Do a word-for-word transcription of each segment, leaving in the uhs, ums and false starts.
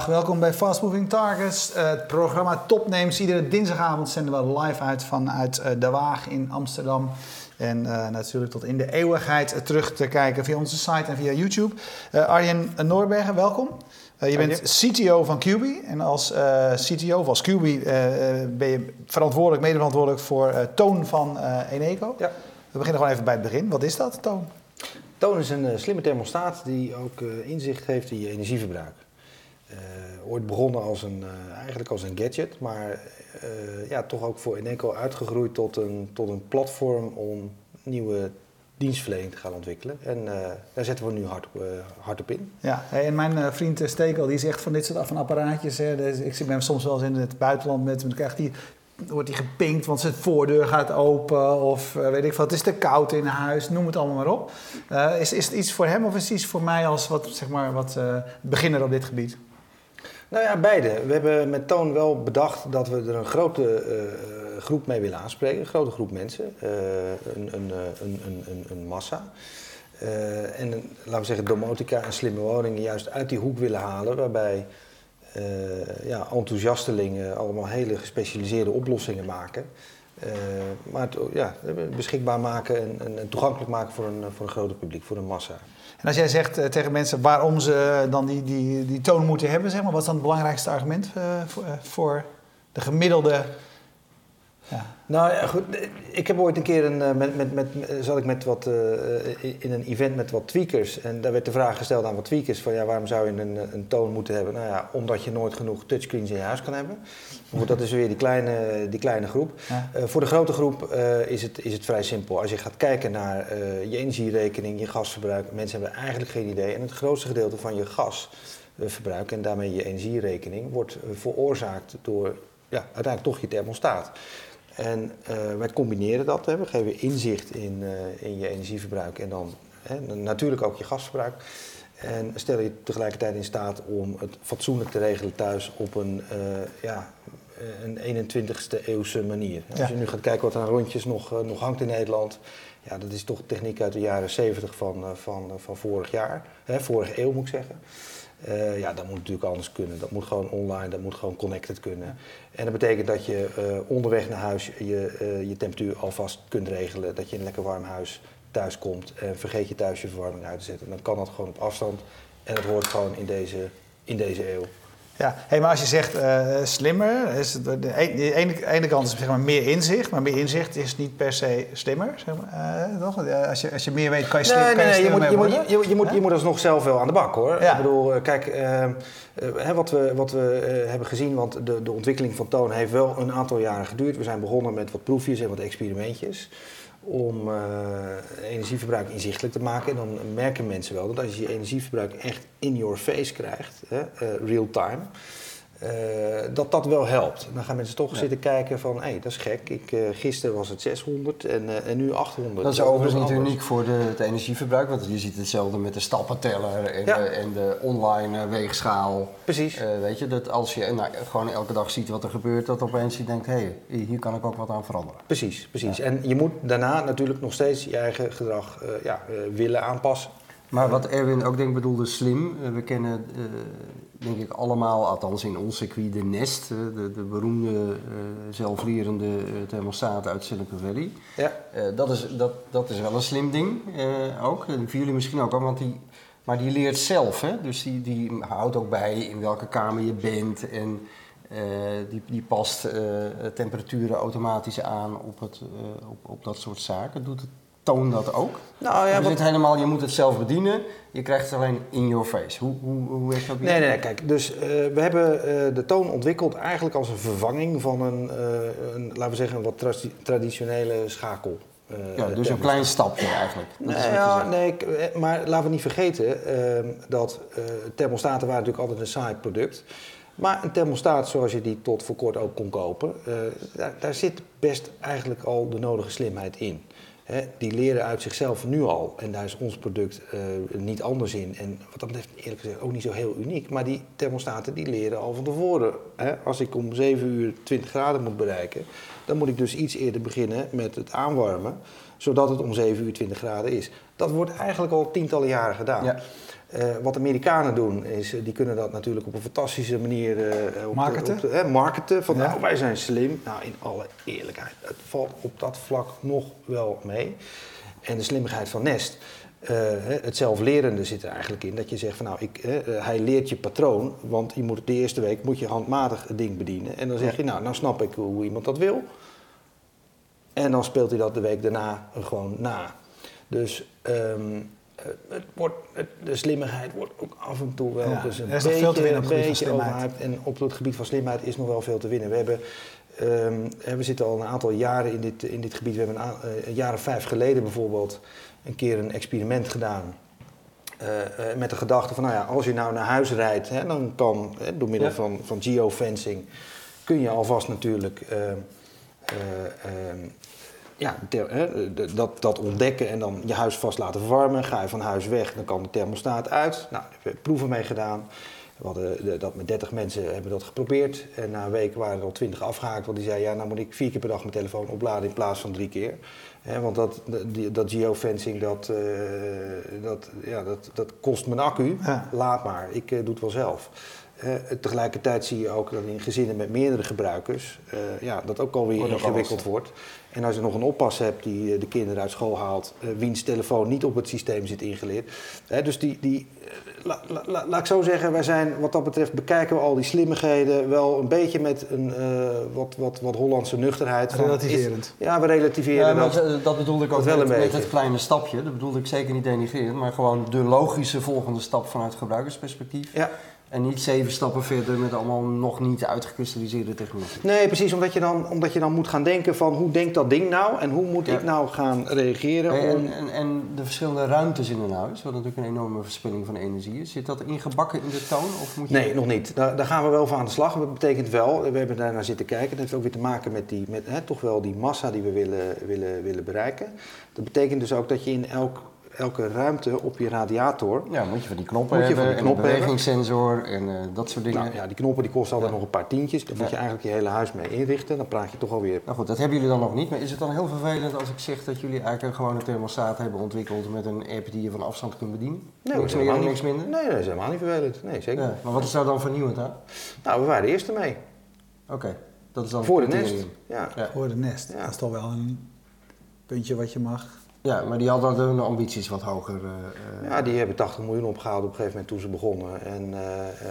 Dag, welkom bij Fast Moving Targets. Uh, het programma Topnames. Iedere dinsdagavond zenden we live uit vanuit uh, De Waag in Amsterdam. En uh, natuurlijk tot in de eeuwigheid uh, terug te kijken via onze site en via YouTube. Uh, Arjen Noorbergen, welkom. Uh, je bent C T O van Q B. En als uh, C T O of als Q B uh, ben je verantwoordelijk, mede verantwoordelijk voor uh, Toon van uh, Eneco. Ja. We beginnen gewoon even bij het begin. Wat is dat, Toon? Toon is een uh, slimme thermostaat die ook uh, inzicht heeft in je energieverbruik. Uh, ooit begonnen als een, uh, eigenlijk als een gadget, maar uh, ja, toch ook voor Eneco uitgegroeid tot een, tot een platform om nieuwe dienstverlening te gaan ontwikkelen. En uh, daar zetten we nu hard, uh, hard op in. Ja, en mijn uh, vriend Stekel die zegt van dit soort van apparaatjes. Hè, dus ik ben soms wel eens in het buitenland met hem, dan krijgt hij... wordt hij gepinkt, want zijn voordeur gaat open of uh, weet ik wat. Het is te koud in huis, noem het allemaal maar op. Uh, is, is het iets voor hem of is het iets voor mij als wat, zeg maar, wat uh, beginner op dit gebied? Nou ja, beide. We hebben met Toon wel bedacht dat we er een grote uh, groep mee willen aanspreken. Een grote groep mensen. Uh, een, een, een, een, een massa. Uh, en een, laten we zeggen domotica en slimme woningen juist uit die hoek willen halen. Waarbij uh, ja, enthousiastelingen allemaal hele gespecialiseerde oplossingen maken. Uh, maar het ja, beschikbaar maken en, en, en toegankelijk maken voor een, voor een groter publiek, voor een massa. En als jij zegt uh, tegen mensen waarom ze dan die, die, die toon moeten hebben, zeg maar, wat is dan het belangrijkste argument uh, voor, uh, voor de gemiddelde... Ja. Nou ja, goed. Ik heb ooit een keer een, met, met, met, zat ik met wat, uh, in een event met wat tweakers. En daar werd de vraag gesteld aan wat tweakers van ja, waarom zou je een, een toon moeten hebben? Nou ja, omdat je nooit genoeg touchscreens in je huis kan hebben. Maar dat is weer die kleine, die kleine groep. Ja. Uh, voor de grote groep uh, is, het, is het vrij simpel. Als je gaat kijken naar uh, je energierekening, je gasverbruik. Mensen hebben eigenlijk geen idee. En het grootste gedeelte van je gasverbruik en daarmee je energierekening wordt uh, veroorzaakt door ja, uiteindelijk toch je thermostaat. En uh, wij combineren dat, hè. We geven inzicht in, uh, in je energieverbruik en dan hè, natuurlijk ook je gasverbruik. En stellen je tegelijkertijd in staat om het fatsoenlijk te regelen thuis op een, uh, ja, een eenentwintigste eeuwse manier. Ja. Als je nu gaat kijken wat er aan rondjes nog, uh, nog hangt in Nederland, ja, dat is toch techniek uit de jaren zeventig van, uh, van, uh, van vorig jaar, hè, vorige eeuw moet ik zeggen. Uh, ja, dat moet natuurlijk anders kunnen. Dat moet gewoon online, dat moet gewoon connected kunnen. Ja. En dat betekent dat je uh, onderweg naar huis je, uh, je temperatuur alvast kunt regelen. Dat je in een lekker warm huis thuis komt en vergeet je thuis je verwarming uit te zetten. Dan kan dat gewoon op afstand en dat hoort gewoon in deze, in deze eeuw. Ja, hey, maar als je zegt uh, slimmer, is het, de, de ene, ene kant is zeg maar meer inzicht, maar meer inzicht is niet per se slimmer. Zeg maar, uh, toch? Als, je, als je meer weet, kan je, slim, nee, kan je nee, slimmer je mee moet, worden. Je, je, je, moet, je moet alsnog zelf wel aan de bak, hoor. Ja. Ik bedoel, kijk, uh, uh, wat we, wat we uh, hebben gezien, want de, de ontwikkeling van Toon heeft wel een aantal jaren geduurd. We zijn begonnen met wat proefjes en wat experimentjes om uh, energieverbruik inzichtelijk te maken. En dan merken mensen wel dat als je je energieverbruik echt in your face krijgt, hè, uh, real time, Uh, dat dat wel helpt. Dan gaan mensen toch ja. zitten kijken van, hé, hey, dat is gek. Ik, uh, gisteren was het zeshonderd en, uh, en nu achthonderd. Dat is overigens niet uniek voor de, het energieverbruik, want je ziet hetzelfde met de stappenteller en, ja. de, en de online uh, weegschaal. Precies. Uh, weet je, dat als je nou, gewoon elke dag ziet wat er gebeurt, dat opeens je denkt, hé, hey, hier kan ik ook wat aan veranderen. Precies, precies. Ja. En je moet daarna natuurlijk nog steeds je eigen gedrag uh, ja, uh, willen aanpassen. Maar wat Erwin ook denk bedoelde slim, we kennen uh, denk ik allemaal, althans in ons circuit, de Nest, de, de beroemde uh, zelflerende uh, thermostaat uit Silicon Valley. Ja. Uh, dat, is, dat, dat is wel een slim ding uh, ook, die voor jullie misschien ook, want die, maar die leert zelf, hè? Dus die, die houdt ook bij in welke kamer je bent en uh, die, die past uh, temperaturen automatisch aan op, het, uh, op, op dat soort zaken. Doet het Toon dat ook? Nou, ja, je, wat... helemaal, je moet het zelf bedienen, je krijgt het alleen in your face. Hoe, hoe, hoe heeft dat? Nee, nee, nee, kijk, dus uh, we hebben uh, de Toon ontwikkeld eigenlijk als een vervanging van een, uh, een laten we zeggen, een wat tra traditionele schakel. Uh, ja, dus een klein stapje eigenlijk. Nee, ja, nee, maar laten we niet vergeten uh, dat uh, thermostaten waren natuurlijk altijd een saai product. Maar een thermostaat zoals je die tot voor kort ook kon kopen, uh, daar, daar zit best eigenlijk al de nodige slimheid in. He, die leren uit zichzelf nu al en daar is ons product uh, niet anders in. En wat dat betreft eerlijk gezegd ook niet zo heel uniek. Maar die thermostaten die leren al van tevoren. He, als ik om zeven uur twintig graden moet bereiken, dan moet ik dus iets eerder beginnen met het aanwarmen. zodat het om zeven uur twintig graden is. Dat wordt eigenlijk al tientallen jaren gedaan. Ja. Uh, wat Amerikanen doen, is uh, die kunnen dat natuurlijk op een fantastische manier uh, op marketen. De, op de, uh, marketen. Van ja. nou, wij zijn slim. Nou, in alle eerlijkheid, het valt op dat vlak nog wel mee. En de slimmigheid van Nest, uh, het zelflerende zit er eigenlijk in. Dat je zegt van nou, ik, uh, hij leert je patroon, want je moet de eerste week moet je handmatig het ding bedienen. En dan zeg je nou, nou snap ik hoe iemand dat wil. En dan speelt hij dat de week daarna gewoon na. Dus um, het wordt, het, de slimmigheid wordt ook af en toe wel ja, dus een er is beetje, nog veel te winnen op een het beetje gebied van overhyped. En op het gebied van slimheid is nog wel veel te winnen. We hebben, um, we zitten al een aantal jaren in dit, in dit gebied. We hebben een, a- een jaar of vijf geleden bijvoorbeeld een keer een experiment gedaan. Uh, uh, met de gedachte van, nou ja, als je nou naar huis rijdt, hè, dan kan, hè, door middel ja. van, van geofencing, kun je alvast natuurlijk uh, uh, uh, ja, ter, hè, dat, dat ontdekken en dan je huis vast laten verwarmen. Ga je van huis weg, dan kan de thermostaat uit. Nou, daar hebben we proeven mee gedaan. We hadden dat met dertig mensen hebben dat geprobeerd. En na een week waren er al twintig afgehaakt. Want die zeiden, ja, nou moet ik vier keer per dag mijn telefoon opladen in plaats van drie keer. He, want dat, die, dat geofencing, dat, uh, dat, ja, dat, dat kost mijn accu. Ja. Laat maar, ik uh, doe het wel zelf. Uh, tegelijkertijd zie je ook dat in gezinnen met meerdere gebruikers uh, ja, dat ook alweer wordt ingewikkeld ook wordt. En als je nog een oppas hebt die uh, de kinderen uit school haalt, uh, wiens telefoon niet op het systeem zit ingeleerd. Uh, dus die, die uh, la, la, la, laat ik zo zeggen, wij zijn wat dat betreft bekijken we al die slimmigheden wel een beetje met een uh, wat, wat, wat Hollandse nuchterheid. Relativerend. Is, ja, we relativeren ja, maar dat. Dat bedoelde ik ook met, met het kleine stapje. Dat bedoelde ik zeker niet denigrerend, maar gewoon de logische volgende stap vanuit gebruikersperspectief. Ja. En niet zeven stappen verder met allemaal nog niet uitgekristalliseerde technieken. Nee, precies, omdat je dan, omdat je dan moet gaan denken van hoe denkt dat ding nou en hoe moet ja. ik nou gaan reageren. Hey, om... en, en, en de verschillende ruimtes in een huis, wat natuurlijk een enorme verspilling van energie is. Zit dat ingebakken in de toon? Of moet je... Nee, nog niet. Daar, daar gaan we wel van aan de slag. Dat betekent wel, we hebben daar naar zitten kijken. Dat heeft ook weer te maken met, die, met hè, toch wel die massa die we willen, willen, willen bereiken. Dat betekent dus ook dat je in elk... elke ruimte op je radiator. Ja, moet je van die knoppen moet je hebben, van die knoppen en een bewegingssensor en uh, dat soort dingen. Nou, ja, die knoppen die kosten altijd ja. nog een paar tientjes. Daar ja. moet je eigenlijk je hele huis mee inrichten. Dan praat je toch alweer... Nou goed, dat hebben jullie dan nog niet. Maar is het dan heel vervelend als ik zeg dat jullie eigenlijk een gewone thermostaat hebben ontwikkeld met een app die je van afstand kunt bedienen? Nee, niks meer en niks minder? Nee, dat is helemaal niet vervelend. Nee, zeker ja, maar wat is daar dan vernieuwend aan? Nou, we waren de eerste mee. Oké, okay. Dat is dan voor de Nest. Ja. Ja. Voor de Nest. Ja. Dat is toch wel een puntje wat je mag... Ja, maar die hadden hun ambities wat hoger. Uh, ja, die hebben tachtig miljoen opgehaald op een gegeven moment toen ze begonnen. En uh,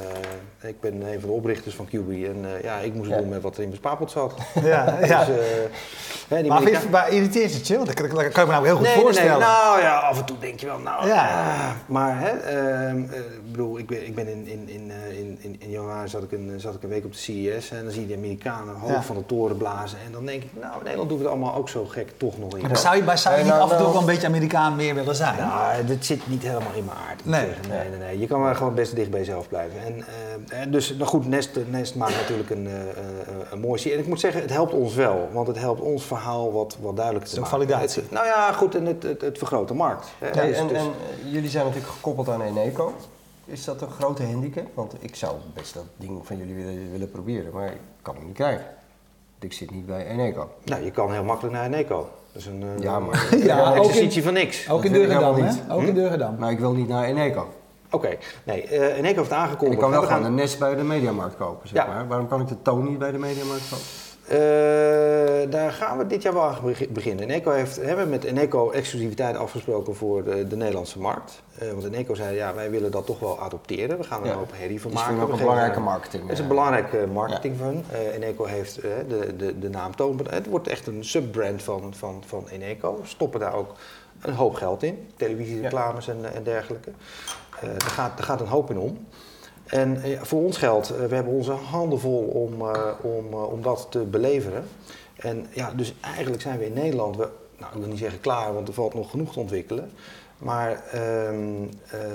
uh, ik ben een van de oprichters van Q B. En uh, ja, ik moest ja. doen met wat er in mijn spaarpot zat. Ja, ja. Dus, uh, hè, die maar, Amerika... vind, maar irriteert het je? Want dat kan, dat kan ik me nou heel goed nee, voorstellen. Nee, nou ja, af en toe denk je wel, nou... Ja. Uh, maar hè, uh, uh, bedoel, ik ben, ik ben in, in, in, in, in, in januari zat ik, een, zat ik een week op de C E S. En dan zie je de Amerikanen hoog ja. van de toren blazen. En dan denk ik, nou, in Nederland doen we het allemaal ook zo gek toch nog in. Maar zou je, maar zou je niet af en toe ook wel een beetje Amerikaan meer willen zijn? Nou, dit zit niet helemaal in mijn aard. Nee. nee, nee, nee. Je kan maar gewoon best dicht bij jezelf blijven. En, uh, dus, nou goed, Nest, Nest maakt natuurlijk een, uh, een mooi zie. En ik moet zeggen, het helpt ons wel. Want het helpt ons verhaal wat, wat duidelijker te maken. Validatie. Het, nou ja, goed, en het, het, het vergroot de markt. Ja, dus, en, dus... en jullie zijn natuurlijk gekoppeld aan Eneco. Is dat een grote handicap? Want ik zou best dat ding van jullie willen, willen proberen, maar ik kan hem niet krijgen. Ik zit niet bij Eneco. Nou, je kan heel makkelijk naar Eneco. Dat is een, uh, ja, maar ja, een exercitie van niks. Ook in Durgedam, hè? Ook hm? in Durgedam. Maar ik wil niet naar Eneco. Oké, okay. nee, uh, Eneco heeft aangekondigd... En ik kan wel gewoon een Nest bij de Mediamarkt kopen, zeg ja. maar. Waarom kan ik de toon niet bij de Mediamarkt kopen? Uh, daar gaan we dit jaar wel aan beginnen. Eneco heeft, hebben met Eneco exclusiviteit afgesproken voor de, de Nederlandse markt. Uh, want Eneco zei, ja, wij willen dat toch wel adopteren. We gaan er ja. een hoop herrie van maken. Het is ook een belangrijke marketing. Het is een belangrijke marketing ja. van hun. Uh, Eneco heeft uh, de, de, de naam Toon. Het wordt echt een subbrand van, van, van Eneco. We stoppen daar ook een hoop geld in. Televisiereclames ja. en, en dergelijke. Uh, daar, gaat, daar gaat een hoop in om. En ja, voor ons geldt, uh, we hebben onze handen vol om, uh, om, uh, om dat te beleveren. En ja, dus eigenlijk zijn we in Nederland, we, nou, ik wil niet zeggen klaar, want er valt nog genoeg te ontwikkelen. Maar uh, uh,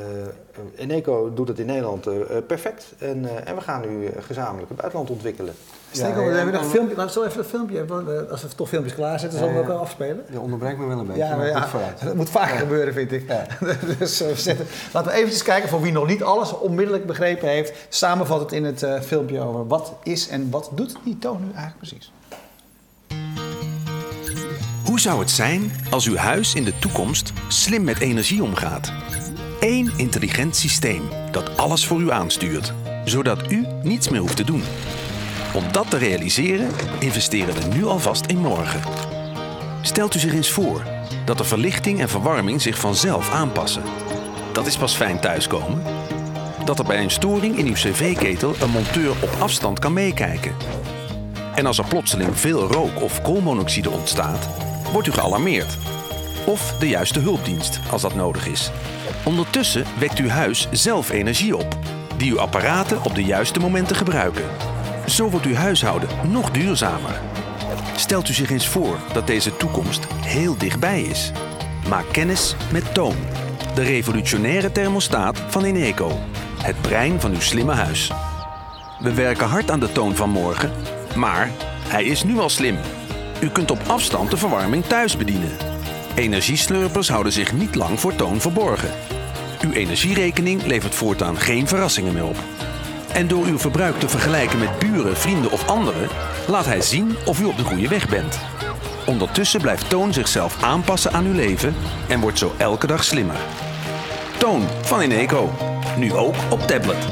Eneco doet het in Nederland uh, perfect en, uh, en we gaan nu gezamenlijk het buitenland ontwikkelen. Steek op, we hebben nog een filmpje. Laten we zo even een filmpje. Als we toch filmpjes klaarzetten, zullen we ook afspelen. Je onderbreekt me wel een beetje. Ja, maar ja, dat moet vaker ja. gebeuren, vind ik. Ja. Dus uh, zetten. Laten we eventjes kijken voor wie nog niet alles onmiddellijk begrepen heeft. Samenvat het in het uh, filmpje over wat is en wat doet die toon nu eigenlijk precies. Hoe zou het zijn als uw huis in de toekomst slim met energie omgaat? Eén intelligent systeem dat alles voor u aanstuurt, zodat u niets meer hoeft te doen. Om dat te realiseren investeren we nu alvast in morgen. Stelt u zich eens voor dat de verlichting en verwarming zich vanzelf aanpassen. Dat is pas fijn thuiskomen. Dat er bij een storing in uw cv-ketel een monteur op afstand kan meekijken. En als er plotseling veel rook of koolmonoxide ontstaat, wordt u gealarmeerd. Of de juiste hulpdienst, als dat nodig is. Ondertussen wekt uw huis zelf energie op, die uw apparaten op de juiste momenten gebruiken. Zo wordt uw huishouden nog duurzamer. Stelt u zich eens voor dat deze toekomst heel dichtbij is. Maak kennis met Toon, de revolutionaire thermostaat van Eneco. Het brein van uw slimme huis. We werken hard aan de Toon van morgen, maar hij is nu al slim. U kunt op afstand de verwarming thuis bedienen. Energieslurpers houden zich niet lang voor Toon verborgen. Uw energierekening levert voortaan geen verrassingen meer op. En door uw verbruik te vergelijken met buren, vrienden of anderen, laat hij zien of u op de goede weg bent. Ondertussen blijft Toon zichzelf aanpassen aan uw leven en wordt zo elke dag slimmer. Toon van Eneco. Nu ook op tablet.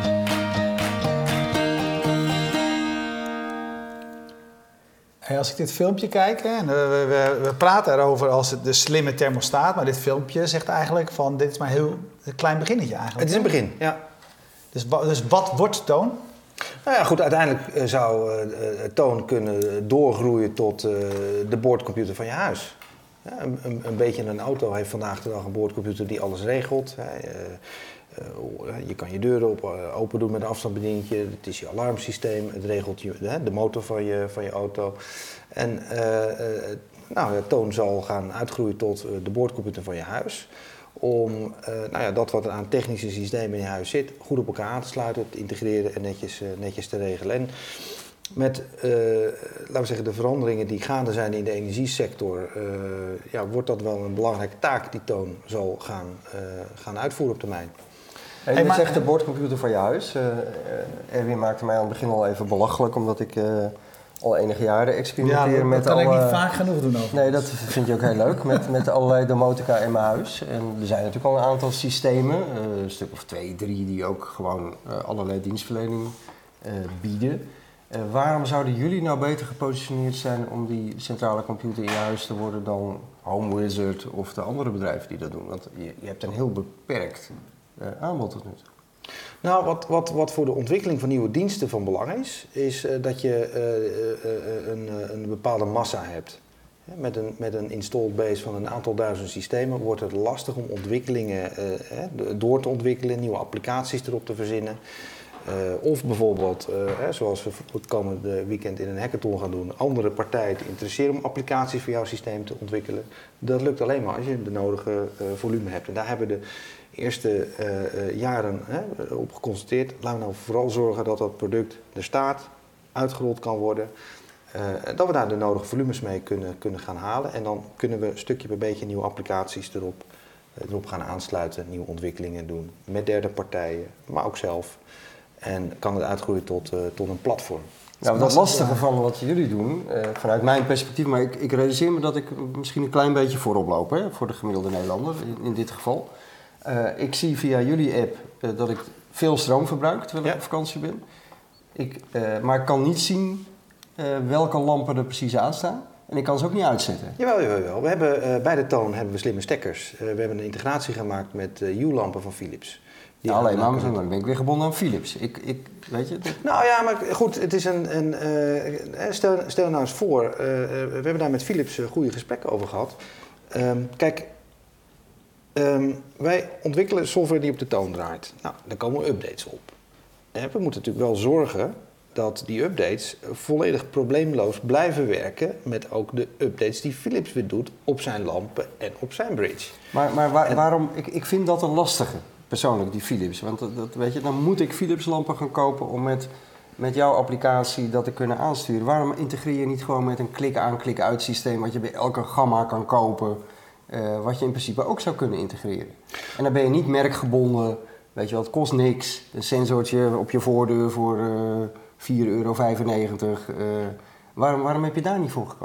Hey, als ik dit filmpje kijk, hè, en we, we, we praten erover als het de slimme thermostaat, maar dit filmpje zegt eigenlijk van dit is maar heel een klein beginnetje eigenlijk. Het is een begin, ja. Dus, dus wat wordt Toon? Nou ja, goed, uiteindelijk zou uh, Toon kunnen doorgroeien tot uh, de boordcomputer van je huis. Ja, een, een, een beetje een auto heeft vandaag de dag een boordcomputer die alles regelt. Hè. Uh, uh, je kan je deuren op, uh, open doen met een afstandsbedieningje. Het is je alarmsysteem. Het regelt je, uh, de motor van je, van je auto. En uh, uh, nou, Toon zal gaan uitgroeien tot uh, de boordcomputer van je huis. Om uh, nou ja, dat wat er aan technische systemen in je huis zit, goed op elkaar aan te sluiten, te integreren en netjes, uh, netjes te regelen. En met uh, laten we zeggen, de veranderingen die gaande zijn in de energiesector, uh, ja, wordt dat wel een belangrijke taak die Toon zal gaan, uh, gaan uitvoeren op termijn. Hey, Hey, je maar- zegt de boordcomputer van je huis. Uh, uh, Erwin maakte mij aan het begin al even belachelijk, omdat ik uh, al enige jaren experimenteer dat met kan ik alle- niet vaak genoeg doen over. Nee, dat vind je ook heel leuk, met, met allerlei domotica in mijn huis. En er zijn natuurlijk al een aantal systemen, uh, een stuk of twee, drie, die ook gewoon uh, allerlei dienstverlening uh, bieden. Uh, waarom zouden jullie nou beter gepositioneerd zijn om die centrale computer in je huis te worden dan HomeWizard of de andere bedrijven die dat doen? Want je, je hebt een heel beperkt uh, aanbod tot nu toe. Nou, wat, wat, wat voor de ontwikkeling van nieuwe diensten van belang is, is uh, dat je uh, uh, uh, een, uh, een bepaalde massa hebt. Met een, met een installed base van een aantal duizend systemen wordt het lastig om ontwikkelingen uh, door te ontwikkelen, nieuwe applicaties erop te verzinnen. Uh, of bijvoorbeeld, uh, hè, zoals we het komende weekend in een hackathon gaan doen, andere partijen te interesseren om applicaties voor jouw systeem te ontwikkelen. Dat lukt alleen maar als je de nodige uh, volume hebt. En daar hebben we de eerste uh, uh, jaren hè, op geconstateerd. Laten we nou vooral zorgen dat dat product er staat, uitgerold kan worden. Uh, dat we daar de nodige volumes mee kunnen, kunnen gaan halen. En dan kunnen we stukje bij beetje nieuwe applicaties erop, uh, erop gaan aansluiten, nieuwe ontwikkelingen doen met derde partijen, maar ook zelf. En kan het uitgroeien tot, uh, tot een platform. Nou, dat lastige van wat jullie doen, uh, vanuit mijn perspectief, maar ik, ik realiseer me dat ik misschien een klein beetje voorop loop, hè, voor de gemiddelde Nederlander in, in dit geval. Uh, ik zie via jullie app uh, dat ik veel stroom verbruik terwijl ik Ja. op vakantie ben. Ik, uh, maar ik kan niet zien uh, welke lampen er precies aanstaan. En ik kan ze ook niet uitzetten. Jawel, jawel, jawel. We hebben, uh, bij de Toon hebben we slimme stekkers. Uh, we hebben een integratie gemaakt met uh, U-lampen van Philips. Die Ja, alleen maar, aanmaken- dan ben ik weer gebonden aan Philips. Ik, ik, weet je, dat- Nou ja, maar goed, het is een. een uh, stel, stel nou eens voor, uh, we hebben daar met Philips uh, goede gesprekken over gehad. Um, kijk, um, wij ontwikkelen software die op de Toon draait. Nou, daar komen updates op. En we moeten natuurlijk wel zorgen dat die updates volledig probleemloos blijven werken met ook de updates die Philips weer doet op zijn lampen en op zijn bridge. Maar, maar waar- En- waarom, ik, ik vind dat een lastige, persoonlijk, die Philips. Want dat, dat, weet je, dan moet ik Philips lampen gaan kopen om met, met jouw applicatie dat te kunnen aansturen. Waarom integreer je niet gewoon met een klik-aan, klik-uit systeem wat je bij elke gamma kan kopen, uh, wat je in principe ook zou kunnen integreren? En dan ben je niet merkgebonden, weet je wel, het kost niks. Een sensortje op je voordeur voor uh, vier euro vijfennegentig. Uh, waarom, waarom heb je daar niet voor gekozen?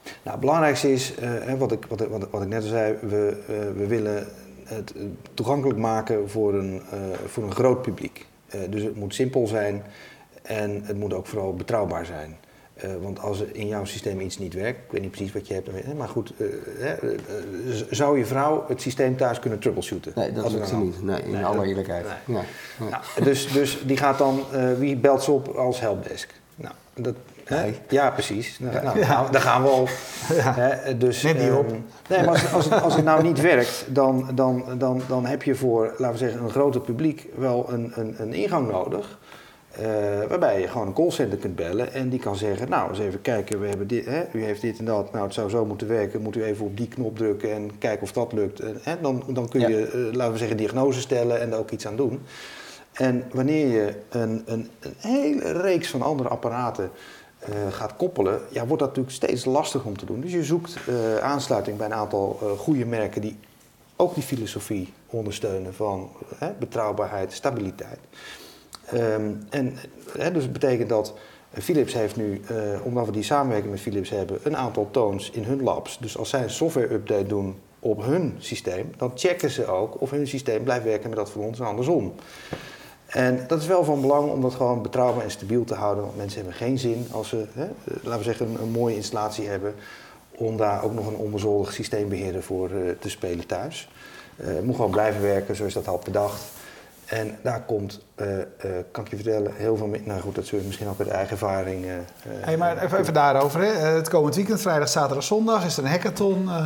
Nou, het belangrijkste is, uh, wat, ik, wat, wat, wat ik net al zei, we, uh, we willen het toegankelijk maken voor een, uh, voor een groot publiek. Uh, dus het moet simpel zijn en het moet ook vooral betrouwbaar zijn. Uh, want als er in jouw systeem iets niet werkt, ik weet niet precies wat je hebt, maar goed, uh, uh, uh, zou je vrouw het systeem thuis kunnen troubleshooten? Nee, dat lukt ze niet. Nee, in nee, alle eerlijkheid. Nee. Nee. Nee. Nou, dus, dus die gaat dan, uh, wie belt ze op als helpdesk? Nou, dat, nee. Ja, precies. Nou, nou, ja. nou, daar gaan we al. Ja. Hè, dus, Net niet op. Um, nee, maar als, als, het, als het nou niet werkt, dan, dan, dan, dan heb je voor, laten we zeggen, een groter publiek wel een, een, een ingang nodig. Uh, waarbij je gewoon een callcenter kunt bellen en die kan zeggen, nou eens even kijken, we hebben dit, hè, u heeft dit en dat, nou het zou zo moeten werken, moet u even op die knop drukken en kijken of dat lukt. En, hè, dan, dan kun je, ja. uh, laten we zeggen, diagnose stellen en er ook iets aan doen. En wanneer je een, een, een hele reeks van andere apparaten uh, gaat koppelen, ja, wordt dat natuurlijk steeds lastiger om te doen. Dus je zoekt uh, aansluiting bij een aantal uh, goede merken die ook die filosofie ondersteunen van uh, betrouwbaarheid, stabiliteit. Um, en he, dus het betekent dat uh, Philips heeft nu, uh, omdat we die samenwerking met Philips hebben, een aantal tones in hun labs. Dus als zij een software-update doen op hun systeem, dan checken ze ook of hun systeem blijft werken met dat van ons en andersom. En dat is wel van belang om dat gewoon betrouwbaar en stabiel te houden, want mensen hebben geen zin als ze, he, laten we zeggen, een, een mooie installatie hebben, om daar ook nog een onbezoldigd systeembeheerder voor uh, te spelen thuis. Uh, het moet gewoon blijven werken zoals dat had bedacht. En daar komt, uh, uh, kan ik je vertellen, heel veel meer. Nou goed, dat zul je misschien ook uit eigen ervaring. Uh, hey, maar even, even daarover. Hè. Het komend weekend, vrijdag, zaterdag, zondag, is er een hackathon uh,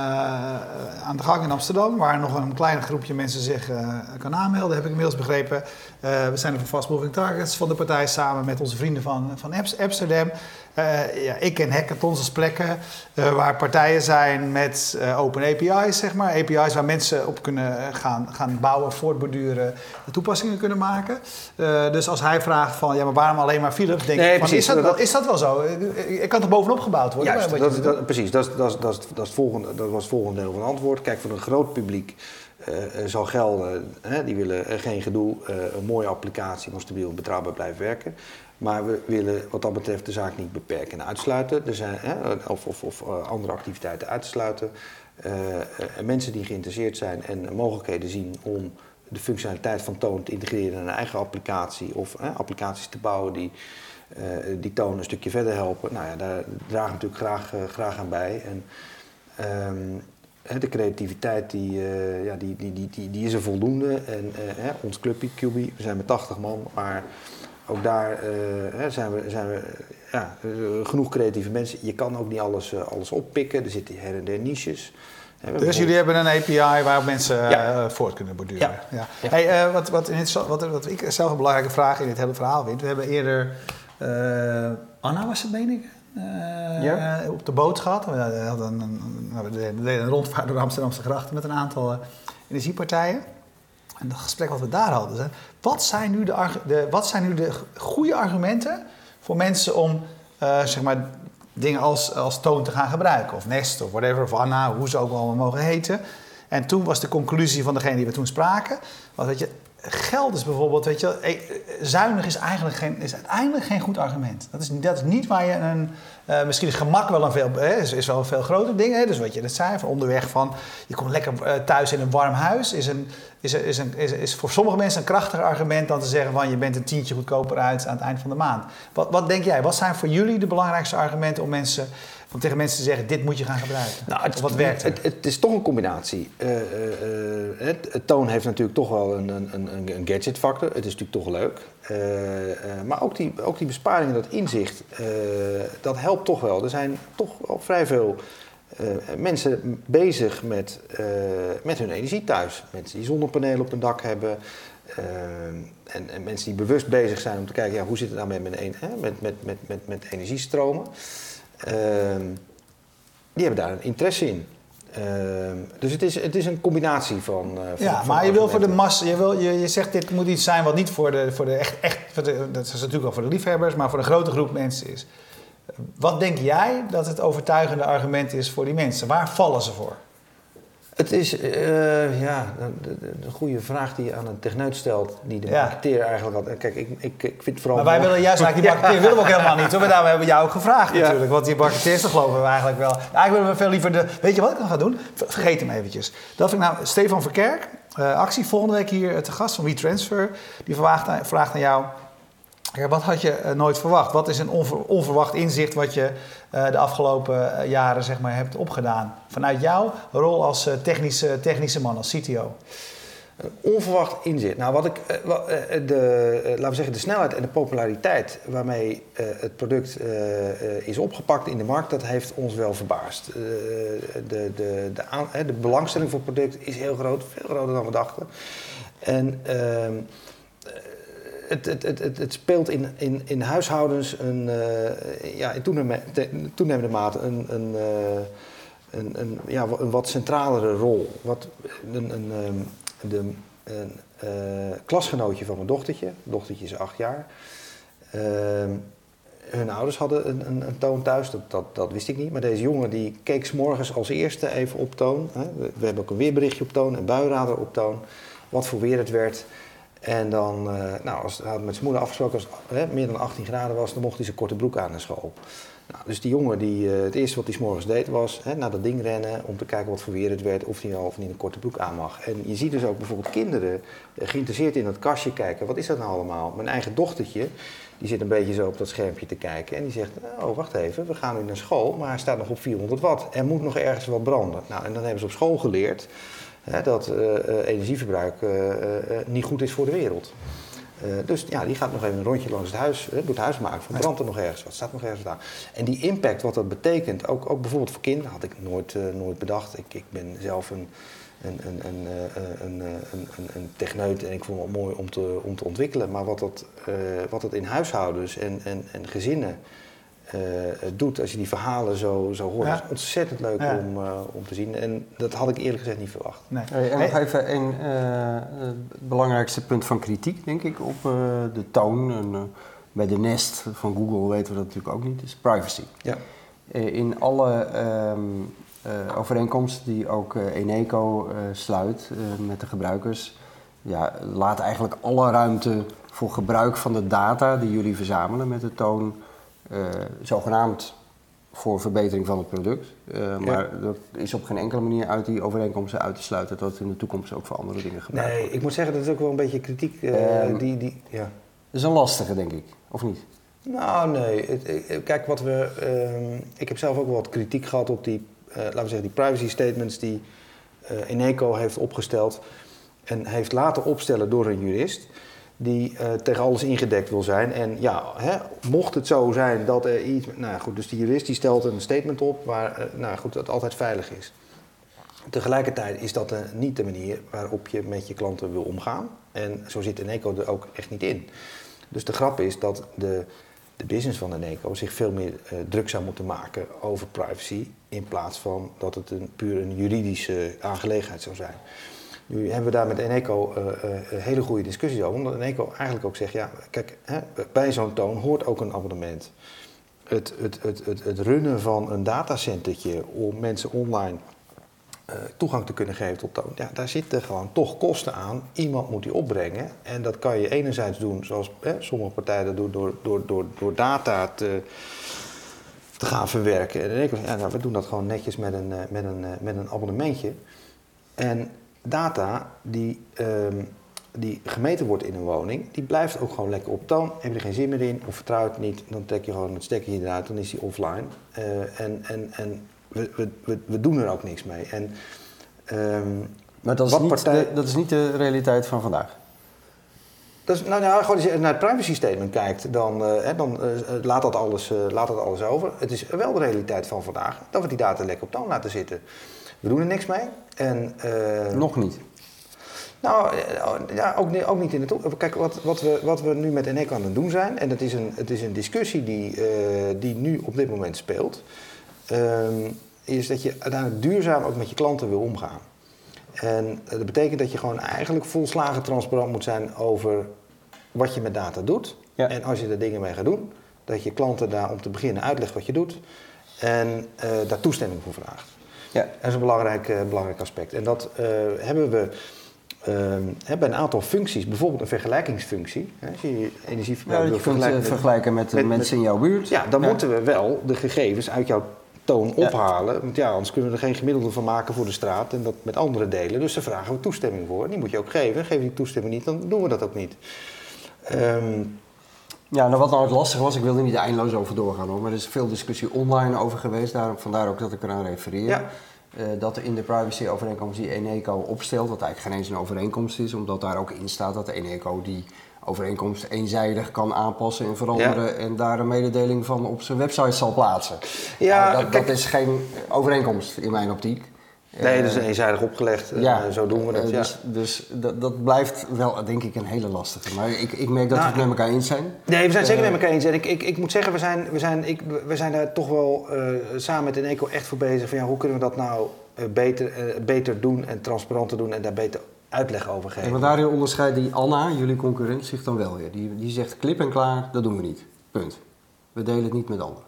aan de gang in Amsterdam. Waar nog een klein groepje mensen zich uh, kan aanmelden, heb ik inmiddels begrepen. Uh, we zijn er van Fast Moving Targets van de partij samen met onze vrienden van, van Amsterdam. Uh, ja, ik ken hackathons als plekken uh, waar partijen zijn met uh, open A P I's, zeg maar. A P I's waar mensen op kunnen gaan, gaan bouwen, voortborduren, toepassingen kunnen maken. Uh, dus als hij vraagt van, ja, maar waarom alleen maar Philips? Denk nee, ik van, precies, is, dat, dat, is dat wel zo? Ik kan er bovenop gebouwd worden? Juist, dat, dat, precies. Dat, dat, dat, dat, dat, is volgende, dat was het volgende deel van het antwoord. Kijk, voor een groot publiek uh, zal gelden, hè, die willen uh, geen gedoe, uh, een mooie applicatie, maar stabiel en betrouwbaar blijven werken. Maar we willen wat dat betreft de zaak niet beperken en uitsluiten. Er zijn, hè, of of, of uh, andere activiteiten uitsluiten. Uh, uh, mensen die geïnteresseerd zijn en mogelijkheden zien om de functionaliteit van Toon te integreren in een eigen applicatie. Of uh, applicaties te bouwen die, uh, die Toon een stukje verder helpen. Nou ja, daar dragen we natuurlijk graag, uh, graag aan bij. En, um, de creativiteit die, uh, ja, die, die, die, die, die is er voldoende. En uh, ons clubje, Q B, we zijn met tachtig man, maar ook daar uh, zijn we, zijn we ja, uh, genoeg creatieve mensen. Je kan ook niet alles, uh, alles oppikken. Er zitten her en der niches. Uh, dus jullie hebben een A P I waar mensen uh, ja. voort kunnen borduren. Ja. Ja. Ja. Hey, uh, wat, wat, in het, wat, wat ik zelf een belangrijke vraag in dit hele verhaal vind. We hebben eerder, uh, Anna was het, meen ik? Uh, ja. uh, op de boot gehad. We hadden een, een, we deden een rondvaart door de Amsterdamse grachten met een aantal uh, energiepartijen. En het gesprek wat we daar hadden, hè, wat zijn nu de, de, wat zijn nu de goede argumenten voor mensen om uh, zeg maar, dingen als, als Toon te gaan gebruiken? Of Nest of whatever, of Anna, hoe ze ook allemaal mogen heten. En toen was de conclusie van degene die we toen spraken, was, weet je, geld is bijvoorbeeld, weet je, zuinig is eigenlijk geen, is uiteindelijk geen goed argument. Dat is, dat is niet waar je een, uh, misschien is gemak wel een veel, hè, is, is wel een veel groter ding. Hè, dus wat je net zei, van onderweg van, je komt lekker uh, thuis in een warm huis, is, een, is, is, een, is, is voor sommige mensen een krachtiger argument dan te zeggen van, je bent een tientje goedkoper uit aan het eind van de maand. Wat, wat denk jij, wat zijn voor jullie de belangrijkste argumenten om mensen, om tegen mensen te zeggen, dit moet je gaan gebruiken? Nou, het, wat werkt er? Het, het, het is toch een combinatie. Uh, uh, uh, het, het Toon heeft natuurlijk toch wel een, een, een, een gadgetfactor. Het is natuurlijk toch leuk. Uh, uh, maar ook die, ook die besparingen, dat inzicht, uh, dat helpt toch wel. Er zijn toch al vrij veel uh, mensen bezig met, uh, met hun energie thuis. Mensen die zonnepanelen op hun dak hebben. Uh, en, en mensen die bewust bezig zijn om te kijken, ja, hoe zit het nou met, met, met, met, met, met, met energiestromen. Uh, die hebben daar een interesse in. Uh, dus het is, het is een combinatie van. Uh, van ja, van maar je wil voor de massa, je, wil, je, je zegt dit moet iets zijn wat niet voor de, voor de echt, echt voor de, dat is natuurlijk wel voor de liefhebbers, maar voor een grote groep mensen is. Wat denk jij dat het overtuigende argument is voor die mensen? Waar vallen ze voor? Het is uh, ja, een goede vraag die je aan een techneut stelt, die de ja. marketeer eigenlijk had. Kijk, ik, ik, ik vind vooral... Maar wij willen juist eigenlijk die marketeer willen we ook helemaal niet. Hoor. Maar daarom hebben we jou ook gevraagd ja. natuurlijk. Want die marketeers, dat geloven we eigenlijk wel. Nou, eigenlijk willen we veel liever de... Weet je wat ik dan ga doen? Vergeet hem eventjes. Dat vind ik nou Stefan Verkerk, uh, actie volgende week hier te gast van WeTransfer. Die vraagt, vraagt aan jou... Ja, wat had je uh, nooit verwacht? Wat is een onver, onverwacht inzicht wat je uh, de afgelopen uh, jaren zeg maar, hebt opgedaan? Vanuit jouw rol als uh, technische, technische man, als C T O. Een onverwacht inzicht. Nou, wat ik, uh, wat, uh, de, uh, laten we zeggen, de snelheid en de populariteit waarmee uh, het product uh, uh, is opgepakt in de markt, dat heeft ons wel verbaasd. Uh, de, de, de, aan, uh, de belangstelling voor het product is heel groot, veel groter dan we dachten. En... Uh, Het, het, het, het speelt in, in, in huishoudens een, uh, ja, in toenemende, toenemende mate een, een, uh, een, een, ja, een wat centralere rol. Wat, een, een, um, de, een uh, klasgenootje van mijn dochtertje, mijn dochtertje is acht jaar. Uh, hun ouders hadden een, een, een toon thuis, dat, dat, dat wist ik niet. Maar deze jongen die keek 's morgens als eerste even op toon. Hè. We, we hebben ook een weerberichtje op toon, een buienradar op toon. Wat voor weer het werd. En dan, uh, nou, als hij had met zijn moeder afgesproken, als het hè, meer dan achttien graden was, dan mocht hij zijn korte broek aan naar school. Nou, dus die jongen, die, uh, het eerste wat hij 's morgens deed was hè, naar dat ding rennen om te kijken wat voor weer het werd, of hij wel of niet een korte broek aan mag. En je ziet dus ook bijvoorbeeld kinderen uh, geïnteresseerd in dat kastje kijken. Wat is dat nou allemaal? Mijn eigen dochtertje, die zit een beetje zo op dat schermpje te kijken en die zegt, oh wacht even, we gaan nu naar school, maar hij staat nog op vierhonderd watt. Er moet nog ergens wat branden. Nou, en dan hebben ze op school geleerd Hè, dat uh, uh, energieverbruik uh, uh, niet goed is voor de wereld. Uh, dus ja, die gaat nog even een rondje langs het huis, uh, doet het huis maken, van brandt er nog ergens wat, staat nog ergens wat aan. En die impact, wat dat betekent, ook, ook bijvoorbeeld voor kinderen, had ik nooit, uh, nooit bedacht. Ik, ik ben zelf een, een, een, een, een, een, een, een techneut en ik vond het mooi om te, om te ontwikkelen. Maar wat dat, uh, wat dat in huishoudens en, en, en gezinnen Uh, doet, als je die verhalen zo, zo hoort. Ja. Dat is ontzettend leuk ja. om, uh, om te zien. En dat had ik eerlijk gezegd niet verwacht. Nee. Hey, en nog even een uh, het belangrijkste punt van kritiek, denk ik, op uh, de toon. En, uh, bij de Nest van Google weten we dat natuurlijk ook niet. Is privacy. Ja. Uh, in alle um, uh, overeenkomsten die ook uh, Eneco uh, sluit uh, met de gebruikers, ja, laat eigenlijk alle ruimte voor gebruik van de data die jullie verzamelen met de toon Uh, zogenaamd voor verbetering van het product. Uh, ja. Maar dat is op geen enkele manier uit die overeenkomsten uit te sluiten dat het in de toekomst ook voor andere dingen gebruikt wordt. Nee, ik moet zeggen dat is ook wel een beetje kritiek. Uh, um, die, die, ja. Dat is een lastige, denk ik, of niet? Nou, nee. Het, het, kijk, wat we. Uh, ik heb zelf ook wel wat kritiek gehad op die, uh, laten we zeggen, die privacy statements die uh, Eneco heeft opgesteld en heeft laten opstellen door een jurist die uh, tegen alles ingedekt wil zijn. En ja, hè, mocht het zo zijn dat er iets... Nou goed, dus die jurist die stelt een statement op waar uh, nou goed, het altijd veilig is. Tegelijkertijd is dat uh, niet de manier waarop je met je klanten wil omgaan. En zo zit Eneco er ook echt niet in. Dus de grap is dat de, de business van Eneco zich veel meer uh, druk zou moeten maken over privacy, in plaats van dat het een, puur een juridische aangelegenheid zou zijn. Nu hebben we daar met Eneco uh, uh, hele goede discussies over, omdat Eneco eigenlijk ook zegt, ja, kijk, hè, bij zo'n toon hoort ook een abonnement. Het, het, het, het, het runnen van een datacentertje om mensen online uh, toegang te kunnen geven tot toon, ja, daar zitten gewoon toch kosten aan. Iemand moet die opbrengen en dat kan je enerzijds doen, zoals hè, sommige partijen dat doen, door, door, door, door data te, te gaan verwerken. En Eneco zegt, ja, nou, we doen dat gewoon netjes met een, met een, met een abonnementje. En data die, um, die gemeten wordt in een woning, die blijft ook gewoon lekker op toon. Heb je er geen zin meer in of vertrouw het niet, dan trek je gewoon het stekkertje eruit, dan is die offline. Uh, en en, en we, we, we, we doen er ook niks mee. En, um, maar dat is, niet partij... de, dat is niet de realiteit van vandaag? Dat is, nou, nou, gewoon als je naar het privacy statement kijkt, dan, uh, hè, dan uh, laat, dat alles, uh, laat dat alles over. Het is wel de realiteit van vandaag dat we die data lekker op toon laten zitten. We doen er niks mee. En, uh, Nog niet? Nou, ja, ook, ook niet in de toekomst. Kijk, wat, wat, we, wat we nu met Eneco aan het doen zijn, en het is een, het is een discussie die, uh, die nu op dit moment speelt, uh, is dat je uiteindelijk duurzaam ook met je klanten wil omgaan. En uh, dat betekent dat je gewoon eigenlijk volslagen transparant moet zijn over wat je met data doet. Ja. En als je er dingen mee gaat doen, dat je klanten daar om te beginnen uitlegt wat je doet en uh, daar toestemming voor vraagt. Ja. Dat is een belangrijk, uh, belangrijk aspect. En dat uh, hebben we uh, bij een aantal functies, bijvoorbeeld een vergelijkingsfunctie. Hè, als je je energieverbruik ja, wil je kunt vergelijken, uh, vergelijken met, met, met mensen in jouw buurt. Ja, dan ja. moeten we wel de gegevens uit jouw toon ophalen. Ja. Want ja, anders kunnen we er geen gemiddelde van maken voor de straat en dat met andere delen. Dus daar vragen we toestemming voor. Die moet je ook geven. Geef je die toestemming niet, dan doen we dat ook niet. Um, Ja, nou wat nou het lastige was, ik wil er niet eindeloos over doorgaan hoor, maar er is veel discussie online over geweest, daarom, vandaar ook dat ik eraan refereer. Ja. Uh, dat er in de privacyovereenkomst die Eneco opstelt, wat eigenlijk geen eens een overeenkomst is, omdat daar ook in staat dat de Eneco die overeenkomst eenzijdig kan aanpassen en veranderen ja. en daar een mededeling van op zijn website zal plaatsen. Ja, nou, dat, kijk, dat is geen overeenkomst in mijn optiek. Nee, dat is eenzijdig opgelegd. Ja, uh, zo doen we dat. Uh, dus ja. dus dat, dat blijft wel, denk ik, een hele lastige. Maar ik, ik merk dat nou, we het met elkaar eens zijn. Nee, we zijn uh, zeker met elkaar eens. En ik, ik, ik moet zeggen, we zijn, we, zijn, ik, we zijn daar toch wel uh, samen met Eneco echt voor bezig. Van, ja, hoe kunnen we dat nou uh, beter, uh, beter doen en transparanter doen en daar beter uitleg over geven. En want daarin onderscheidt die Anna, jullie concurrent, zich dan wel weer. Die, die zegt klip en klaar, dat doen we niet. Punt. We delen het niet met anderen.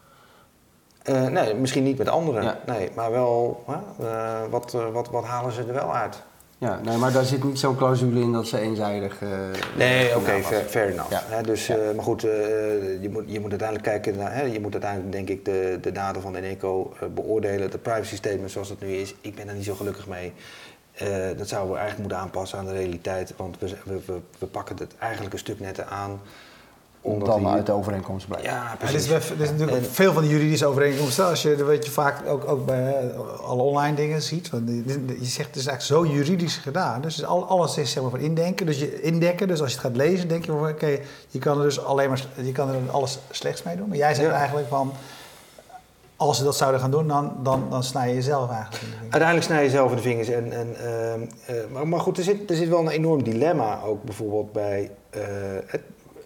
Uh, nee, misschien niet met anderen, ja. nee, maar wel, uh, wat, uh, wat, wat halen ze er wel uit? Ja, nee, maar daar zit niet zo'n clausule in dat ze eenzijdig... Uh, nee, oké, okay, fair, fair enough. Ja. He, dus, ja. uh, maar goed, uh, je, moet, je moet uiteindelijk kijken naar, he, je moet uiteindelijk denk ik de, de data van Eneco uh, beoordelen. De privacy statement zoals het nu is, ik ben daar niet zo gelukkig mee. Uh, dat zouden we eigenlijk moeten aanpassen aan de realiteit, want we, we, we, we pakken het eigenlijk een stuk netter aan. Omdat dan uit de overeenkomst blijft. Ja, precies. Ja, er is, er is natuurlijk en, veel van de juridische overeenkomsten. Als je, weet je vaak ook, ook bij uh, alle online dingen ziet. Want je zegt het is eigenlijk zo juridisch gedaan. Dus al, alles is zeg maar voor indenken. Dus je indekken. Dus als je het gaat lezen, denk je van oké, okay, je kan er dus alleen maar je kan er alles slechts mee doen. Maar jij zegt ja. eigenlijk van als ze dat zouden gaan doen, dan, dan, dan snij je jezelf eigenlijk in de vingers. Uiteindelijk snij je jezelf in de vingers. En, en, uh, uh, maar, maar goed, er zit, er zit wel een enorm dilemma ook bijvoorbeeld bij. Uh, het,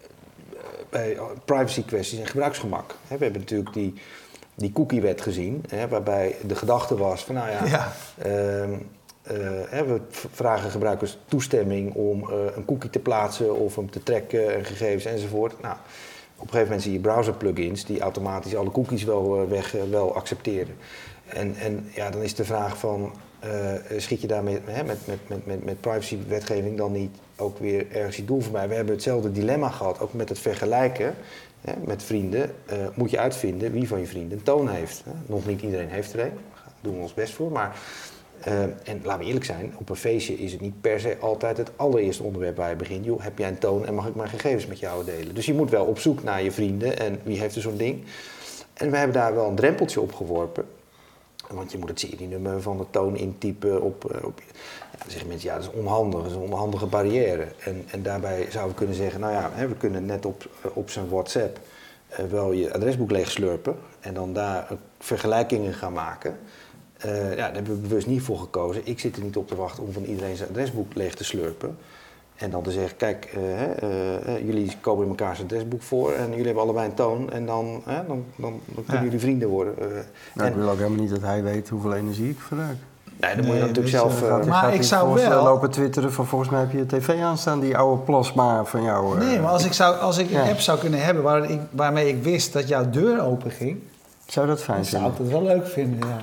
bij privacy kwesties en gebruiksgemak. We hebben natuurlijk die, die cookie-wet gezien, hè, waarbij de gedachte was van nou ja, ja. Uh, uh, we vragen gebruikers toestemming om uh, een cookie te plaatsen of hem te trekken en gegevens enzovoort. Nou, op een gegeven moment zie je browser-plugins die automatisch alle cookies wel, uh, weg, uh, wel accepteren. En, en ja, dan is de vraag van, uh, schiet je daarmee hè, met, met, met, met, met privacy-wetgeving dan niet ook weer ergens je doel voorbij? We hebben hetzelfde dilemma gehad, ook met het vergelijken hè, met vrienden. Uh, moet je uitvinden wie van je vrienden een toon heeft. Hè. Nog niet iedereen heeft er een, daar doen we ons best voor. Maar, uh, en laten we eerlijk zijn, op een feestje is het niet per se altijd het allereerste onderwerp waar je begint. Joh, heb jij een toon en mag ik mijn gegevens met jou delen? Dus je moet wel op zoek naar je vrienden en wie heeft er zo'n ding. En we hebben daar wel een drempeltje op geworpen. Want je moet het serienummer van de toon intypen op... op ja, dan zeggen mensen, ja, dat is onhandig, dat is een onhandige barrière. En, en daarbij zouden we kunnen zeggen, nou ja, hè, we kunnen net op, op zijn WhatsApp uh, wel je adresboek leeg slurpen en dan daar uh, vergelijkingen gaan maken. Uh, ja, daar hebben we bewust niet voor gekozen. Ik zit er niet op te wachten om van iedereen zijn adresboek leeg te slurpen. En dan te zeggen, kijk, uh, uh, uh, jullie komen in elkaar zijn adresboek voor en jullie hebben allebei een toon en dan, uh, dan, dan, dan kunnen ja. jullie vrienden worden. Uh, nou, en, ik wil ook helemaal niet dat hij weet hoeveel energie ik verbruik. Nee, dan nee, moet je natuurlijk dus, zelf... Uh, gaat, maar gaat ik zou wel... lopen twitteren van volgens mij heb je tv aanstaan, die oude plasma van jou. Uh, nee, maar als ik, zou, als ik ja. een app zou kunnen hebben waar ik, waarmee ik wist dat jouw deur open ging... Zou dat fijn zijn? Zou ik het wel leuk vinden, ja.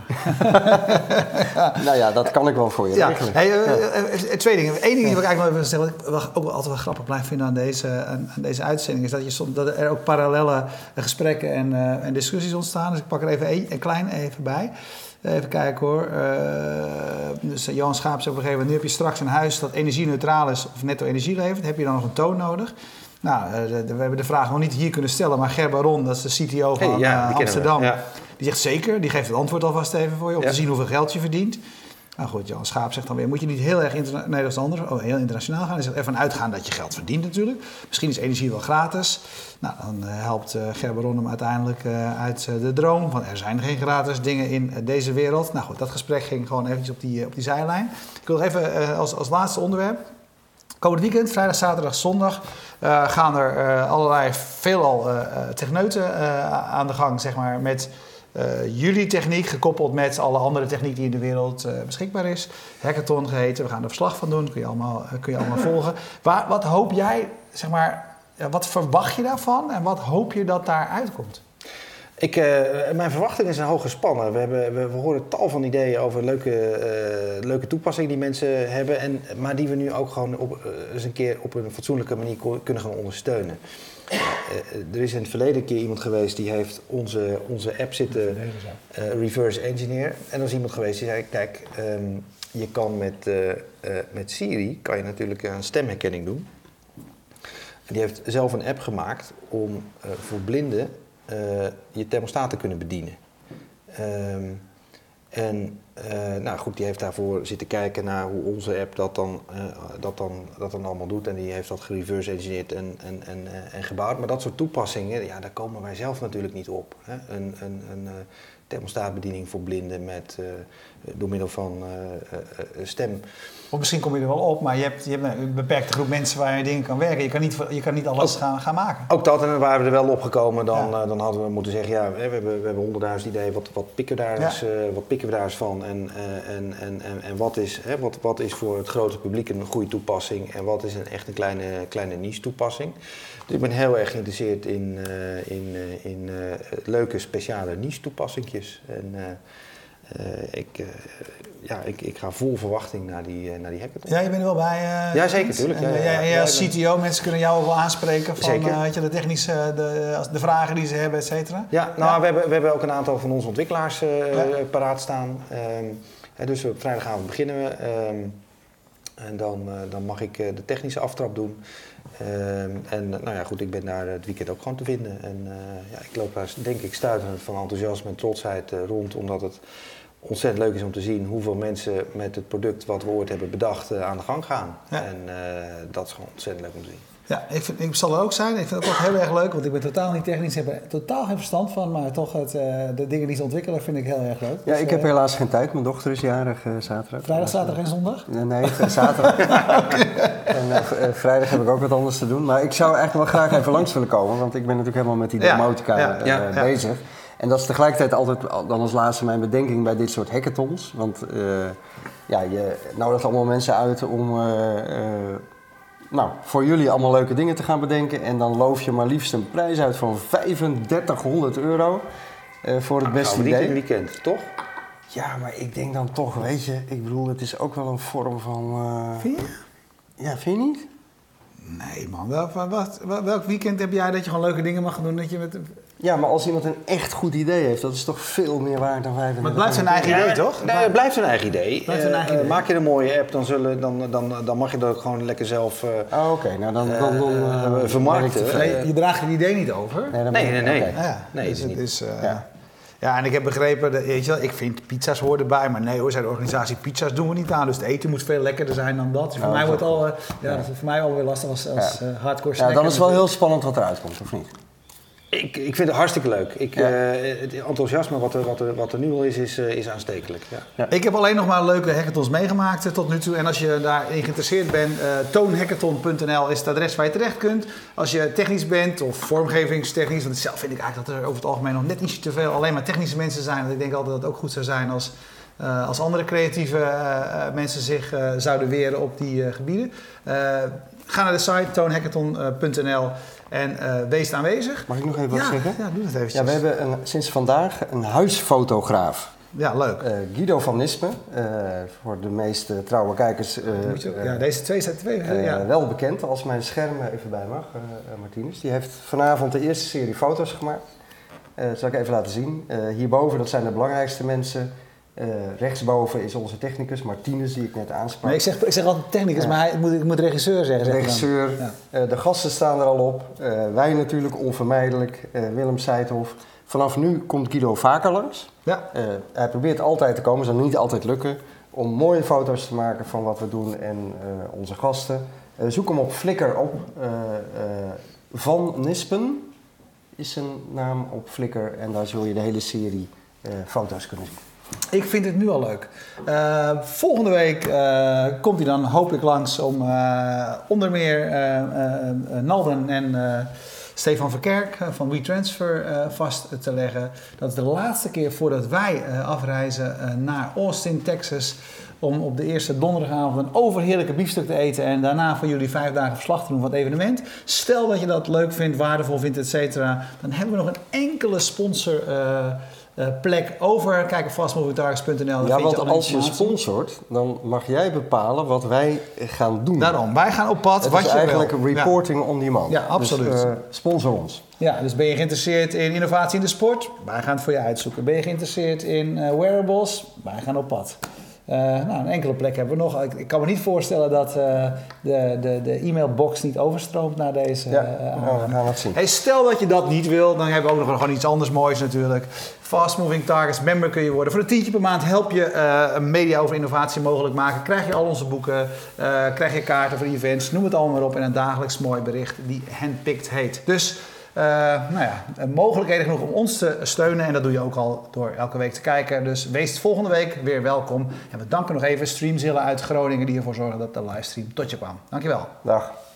ja. Nou ja, dat kan ik wel voor je ja. regelen. Hey, uh, ja. uh, twee dingen. Eén ding die ik eigenlijk wel even zeggen, wat ik ook wel altijd wel grappig blijf vinden aan deze, aan, aan deze uitzending, is dat, je soms, dat er ook parallelle gesprekken en, uh, en discussies ontstaan. Dus ik pak er even een, een klein even bij. Even kijken hoor. Uh, dus Johan Schaap zei op een gegeven moment, nu heb je straks een huis dat energie-neutraal is of netto energie levert. Heb je dan nog een toon nodig? Nou, uh, de, de, we hebben de vraag nog niet hier kunnen stellen, maar Ger Baron, dat is de C T O van hey, ja, uh, Amsterdam, ja. die zegt zeker, die geeft het antwoord alvast even voor je, om ja. te zien hoeveel geld je verdient. Nou goed, Johan Schaap zegt dan weer, moet je niet heel erg interna- nee, dat is anders, oh, heel internationaal gaan. Hij zegt ervan uitgaan dat je geld verdient natuurlijk. Misschien is energie wel gratis. Nou, dan uh, helpt uh, Ger Baron hem uiteindelijk uh, uit uh, de droom van er zijn geen gratis dingen in uh, deze wereld. Nou goed, dat gesprek ging gewoon eventjes op die, uh, op die zijlijn. Ik wil nog even uh, als, als laatste onderwerp. Komend weekend, vrijdag, zaterdag, zondag, uh, gaan er uh, allerlei veelal uh, techneuten uh, aan de gang, zeg maar, met uh, jullie techniek gekoppeld met alle andere techniek die in de wereld uh, beschikbaar is. Hackathon geheten, we gaan er verslag van doen, kun je allemaal, uh, kun je allemaal volgen. Waar, wat hoop jij, zeg maar, uh, wat verwacht je daarvan en wat hoop je dat daar uitkomt? Ik, uh, mijn verwachting is een hoog gespannen. We, hebben, we, we horen tal van ideeën over leuke, uh, leuke toepassingen die mensen hebben. En, maar die we nu ook gewoon op, uh, eens een keer op een fatsoenlijke manier ko- kunnen gaan ondersteunen. Uh, er is in het verleden een keer iemand geweest die heeft onze, onze app zitten uh, reverse engineer. En er is iemand geweest die zei, kijk, um, je kan met, uh, uh, met Siri kan je natuurlijk een stemherkenning doen. En die heeft zelf een app gemaakt om uh, voor blinden uh, je thermostaat te kunnen bedienen. Um, en uh, nou goed, die heeft daarvoor zitten kijken naar hoe onze app dat dan, uh, dat dan, dat dan allemaal doet. En die heeft dat gereverse engineerd en, en, en, uh, en gebouwd. Maar dat soort toepassingen, ja, daar komen wij zelf natuurlijk niet op. Hè? Een, een, een uh, thermostaatbediening voor blinden met, uh, door middel van uh, uh, stem. Of misschien kom je er wel op, maar je hebt, je hebt een beperkte groep mensen waar je dingen kan werken. Je kan niet, je kan niet alles ook, gaan, gaan maken. Ook dat, en waren we er wel opgekomen, dan, ja. uh, dan hadden we moeten zeggen, ja, we hebben, we hebben honderdduizend ideeën, wat, wat, pikken we daar eens, ja. uh, wat pikken we daar eens van? En, uh, en, en, en, en wat, is, hè, wat, wat is voor het grote publiek een goede toepassing en wat is een echt een kleine, kleine niche toepassing? Dus ik ben heel erg geïnteresseerd in, uh, in, uh, in uh, leuke speciale niche toepassingjes. En, uh, Uh, ik, uh, ja, ik, ik ga vol verwachting naar die, uh, naar die hackathon. Ja, je bent er wel bij. Uh, ja, zeker, natuurlijk. Ja, ja, ja, ja, als C T O, mensen kunnen jou ook wel aanspreken van uh, weet je, de technische, de, de vragen die ze hebben, et cetera. Ja, nou, ja. We, hebben, we hebben ook een aantal van onze ontwikkelaars uh, ja. paraat staan. Um, dus op vrijdagavond beginnen we. Um, en dan, uh, dan mag ik uh, de technische aftrap doen. Um, en nou ja, goed, ik ben daar het weekend ook gewoon te vinden. En uh, ja, ik loop daar denk ik stuiterend van enthousiasme en trotsheid uh, rond, omdat het ontzettend leuk is om te zien hoeveel mensen met het product wat we ooit hebben bedacht uh, aan de gang gaan. Ja. En uh, dat is gewoon ontzettend leuk om te zien. Ja, ik, vind, ik zal er ook zijn. Ik vind het ook heel erg leuk, want ik ben totaal niet technisch, ik heb er totaal geen verstand van, maar toch het, uh, de dingen die ze ontwikkelen vind ik heel erg leuk. Ja, dus, ik heb uh, helaas geen tijd. Mijn dochter is jarig uh, zaterdag. Vrijdag, zaterdag en zondag? Nee, nee zaterdag. En uh, vrijdag heb ik ook wat anders te doen. Maar ik zou eigenlijk wel graag even langs willen komen, want ik ben natuurlijk helemaal met die domotica ja, ja, ja, uh, ja. bezig. En dat is tegelijkertijd altijd dan als laatste mijn bedenking bij dit soort hackathons. Want uh, ja, je nodigt allemaal mensen uit om uh, uh, nou, voor jullie allemaal leuke dingen te gaan bedenken. En dan loof je maar liefst een prijs uit van vijfendertighonderd euro uh, voor het beste idee. Nou, niet in het weekend, toch? Ja, maar ik denk dan toch, weet je, ik bedoel, het is ook wel een vorm van... Uh... Vind je? Ja, vind je niet? Nee man, wel, wat, welk weekend heb jij dat je gewoon leuke dingen mag doen? Dat je met... Ja, maar als iemand een echt goed idee heeft, dat is toch veel meer waard dan vijfendertig. Maar het blijft zijn eigen idee, ja, toch? Nee, het blijft zijn eigen idee. Blijft zijn eigen uh, idee. Maak je een mooie app, dan, zullen, dan, dan, dan mag je dat gewoon lekker zelf uh, oh, oké. Okay. Nou, dan, dan, dan uh, vermarkten. Nee, je draagt je idee niet over. Nee, nee, nee. nee. Okay. Ja, nee dus het is, is, uh, ja. ja, en ik heb begrepen, dat, weet je wel, ik vind pizza's horen erbij, maar nee hoor, zei de organisatie, pizza's doen we niet aan, dus het eten moet veel lekkerder zijn dan dat. Dus voor, oh, mij wordt al, uh, ja, ja. dat is voor mij alweer lastig als, als ja. uh, hardcore snack. Ja, dan is het wel heel spannend wat eruit komt, of niet? Ik, ik vind het hartstikke leuk. Ik, ja. uh, het enthousiasme wat er, wat, er, wat er nu al is, is, uh, is aanstekelijk. Ja. Ja. Ik heb alleen nog maar leuke hackathons meegemaakt uh, tot nu toe. En als je daarin geïnteresseerd bent, uh, toonhackathon punt n l is het adres waar je terecht kunt. Als je technisch bent of vormgevingstechnisch, want zelf vind ik eigenlijk dat er over het algemeen nog net ietsje te veel alleen maar technische mensen zijn. Want ik denk altijd dat het ook goed zou zijn als, uh, als andere creatieve uh, mensen zich uh, zouden weren op die uh, gebieden. Uh, ga naar de site toonhackathon punt n l. En uh, wees aanwezig. Mag ik nog even wat ja, zeggen? Ja, doe dat eventjes. Ja, we hebben een, sinds vandaag een huisfotograaf. Ja, leuk. Uh, Guido van Nispen, uh, voor de meeste trouwe kijkers. Uh, ja, deze twee zijn twee. Uh, ja. Wel bekend, als mijn scherm even bij mag, uh, uh, Martinus. Die heeft vanavond de eerste serie foto's gemaakt. Uh, dat zal ik even laten zien. Uh, hierboven, dat zijn de belangrijkste mensen. Uh, rechtsboven is onze technicus Martinus, die ik net aansprak. Nee, ik, zeg, ik zeg altijd technicus, ja. maar hij, ik, moet, ik moet regisseur zeggen. Regisseur. Ja. Uh, de gasten staan er al op. Uh, wij natuurlijk onvermijdelijk. Uh, Willem Seithof. Vanaf nu komt Guido vaker langs. Ja. Uh, hij probeert altijd te komen, zal niet altijd lukken, om mooie foto's te maken van wat we doen en uh, onze gasten. Uh, zoek hem op Flickr op. Uh, uh, Van Nispen is zijn naam op Flickr en daar zul je de hele serie uh, foto's kunnen zien. Ik vind het nu al leuk. Uh, volgende week uh, komt hij dan hopelijk langs om uh, onder meer uh, uh, Nalden en uh, Stefan Verkerk uh, van WeTransfer uh, vast te leggen. Dat is de laatste keer voordat wij uh, afreizen uh, naar Austin, Texas, om op de eerste donderdagavond een overheerlijke biefstuk te eten en daarna voor jullie vijf dagen verslag te doen van het evenement. Stel dat je dat leuk vindt, waardevol vindt, et cetera. Dan hebben we nog een enkele sponsor uh, uh, plek over. Kijk op fast moving targets punt n l. Ja, want als je sponsort, dan mag jij bepalen wat wij gaan doen. Daarom, wij gaan op pad. Het wat is je eigenlijk wil. reporting ja. on demand. Ja, absoluut. Dus, uh, sponsor ons. Ja, dus ben je geïnteresseerd in innovatie in de sport? Wij gaan het voor je uitzoeken. Ben je geïnteresseerd in uh, wearables? Wij gaan op pad. Uh, nou, een enkele plek hebben we nog. Ik, ik kan me niet voorstellen dat uh, de, de, de e-mailbox niet overstroomt naar deze. Ja, uh, nou, we gaan het zien. Hey, stel dat je dat niet wil, dan hebben we ook nog gewoon iets anders moois natuurlijk. Fast Moving Targets member kun je worden. Voor een tientje per maand help je uh, een media over innovatie mogelijk maken. Krijg je al onze boeken, uh, krijg je kaarten voor events, noem het allemaal maar op. En een dagelijks mooi bericht die handpicked heet. Dus Uh, nou ja, mogelijkheden genoeg om ons te steunen en dat doe je ook al door elke week te kijken. Dus wees volgende week weer welkom. En we danken nog even Streamzilla uit Groningen die ervoor zorgen dat de livestream tot je kwam. Dankjewel. Dag.